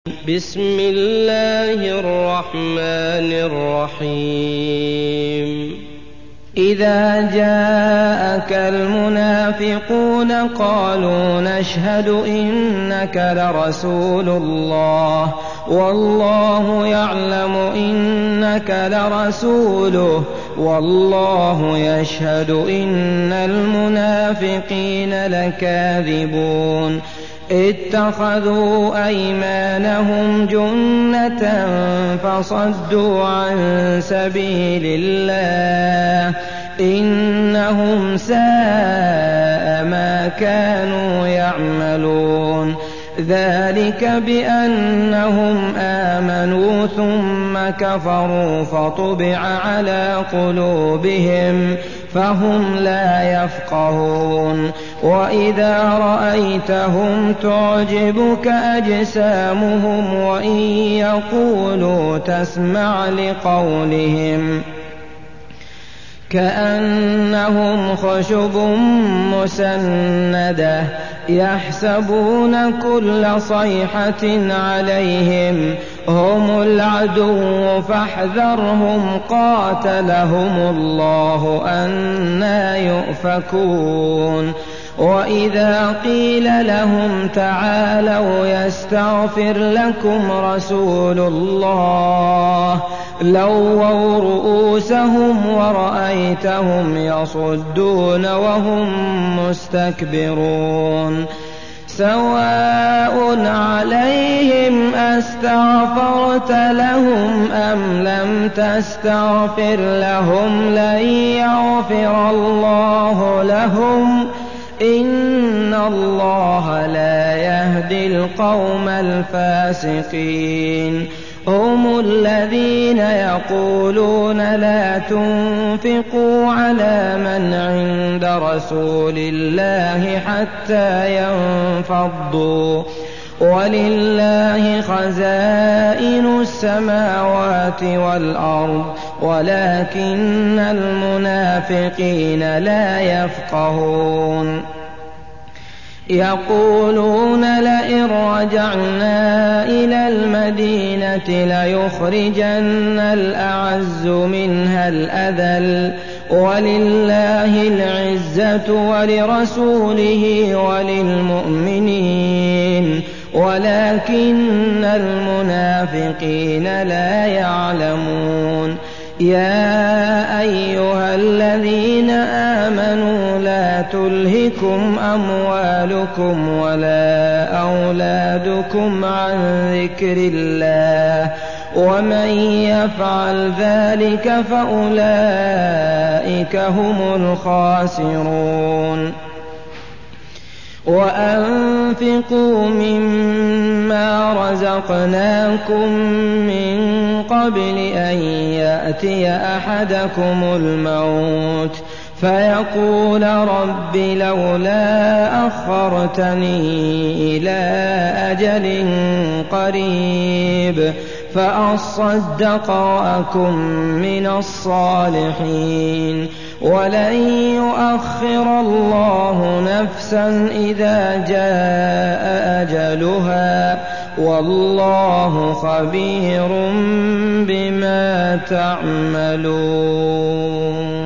بسم الله الرحمن الرحيم إذا جاءك المنافقون قالوا نشهد إنك لرسول الله والله يعلم إنك لرسوله والله يشهد إن المنافقين لكاذبون اتخذوا أيمانهم جنة فصدوا عن سبيل الله إنهم ساء ما كانوا يعملون ذلك بأنهم آمنوا ثم كفروا فطبع على قلوبهم فهم لا يفقهون وإذا رأيتهم تعجبك أجسامهم وإن يقولوا تسمع لقولهم كأنهم خشب مسندة يحسبون كل صيحة عليهم هم العدو فاحذرهم قاتلهم الله أنى يؤفكون وإذا قيل لهم تعالوا يستغفر لكم رسول الله لووا رؤوسهم ورأيتهم يصدون وهم مستكبرون سواء عليهم أستغفرت لهم أم لم تستغفر لهم لن يغفر الله لهم إن الله لا يهدي القوم الفاسقين هم الذين يقولون لا تنفقوا على من عند رسول الله حتى ينفضوا ولله خزائن السماوات والأرض ولكن المنافقين لا يفقهون يقولون لئن رجعنا إلى المدينة ليخرجن الأعز منها الأذل ولله العزة ولرسوله وللمؤمنين ولكن المنافقين لا يعلمون يا أيها الذين آمنوا لا تلهكم أموالكم ولا أولادكم عن ذكر الله ومن يفعل ذلك فأولئك هم الخاسرون وأنفقوا مما رزقناكم من قبل أن يأتي أحدكم الموت فيقول رب لولا أخرتني إلى أجل قريب فأصدق وأكن من الصالحين ولن يؤخر الله نفسا إذا جاء أجلها والله خبير بما تعملون.